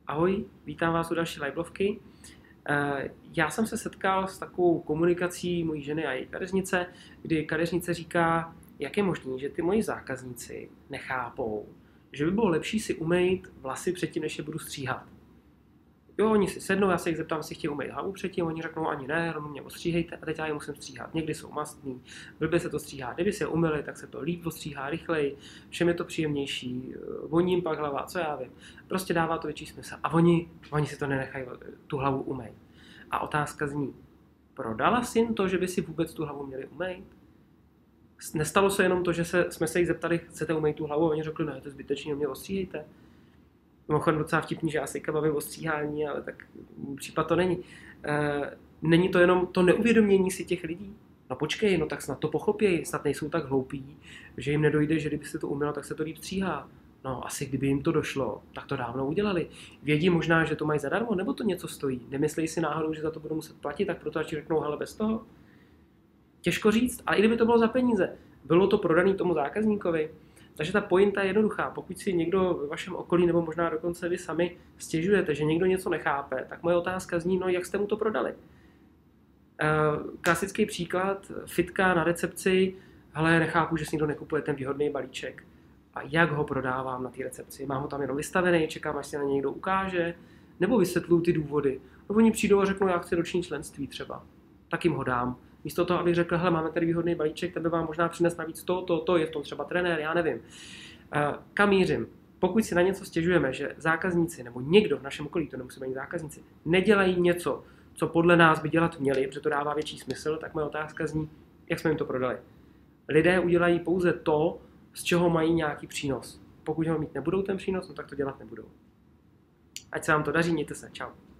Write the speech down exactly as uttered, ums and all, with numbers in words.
Ahoj, vítám vás u další livelovky. Já jsem se setkal s takovou komunikací mojí ženy a její kadeřnice, kdy kadeřnice říká, jak je možné, že ty moji zákazníci nechápou, že by bylo lepší si umýt vlasy předtím, než je budu stříhat. Jo, oni si sednou, já se jich zeptám, jestli chtějí umýt hlavu předtím, oni řeknou ani ne, rovnou mě ostříhejte a teď já je musím stříhat. Někdy jsou mastní, blbě se to stříhá, kdyby se je umyli, tak se to líp ostříhá rychleji, všem je to příjemnější, voním pak hlava, co já vím. Prostě dává to větší smysl. A oni, oni si to nenechají tu hlavu umýt. A otázka zní, prodala jsi jim to, že by si vůbec tu hlavu měli umýt? Nestalo se jenom to, že se, jsme se jich zeptali, chcete umýt tu hlavu, a oni řekli, ne, to je zbytečný, mě ostříhejte. Mimochodem docela vtipný, že já se bavím o stříhání, ale tak případ to není. E, není to jenom to neuvědomění si těch lidí? No počkej, no tak snad to pochopějí, snad nejsou tak hloupí, že jim nedojde, že kdyby se to umělo, tak se to líp stříhá. No asi kdyby jim to došlo, tak to dávno udělali. Vědí možná, že to mají zadarmo, nebo to něco stojí. Nemyslí si náhodou, že za to budou muset platit, tak proto radši řeknou, hele, bez toho. Těžko říct, ale i kdyby to bylo za peníze, bylo to prodaný tomu zákazníkovi. Takže ta pointa je jednoduchá. Pokud si někdo ve vašem okolí, nebo možná dokonce vy sami stěžujete, že někdo něco nechápe, tak moje otázka zní, no jak jste mu to prodali? Klasický příklad, fitka na recepci, hele, nechápu, že si někdo nekupuje ten výhodný balíček. A jak ho prodávám na té recepci? Mám ho tam jenom vystavený, čekám, až si na něj někdo ukáže, nebo vysvětluju ty důvody. No oni přijdou a řeknou, já chci roční členství třeba. Tak jim ho dám. Místo toho, abych řekl, hele, máme tady výhodný balíček, ten by vám možná přines navíc to, to, to, je v tom třeba trenér, já nevím. Kam mířím? Pokud si na něco stěžujeme, že zákazníci nebo někdo v našem okolí, to nemusí být zákazníci, nedělají něco, co podle nás by dělat měli, protože to dává větší smysl, tak moje otázka zní, jak jsme jim to prodali. Lidé udělají pouze to, z čeho mají nějaký přínos. Pokud ho mít nebudou ten přínos, no tak to dělat nebudou. Ať se vám to daří, mějte se, čau.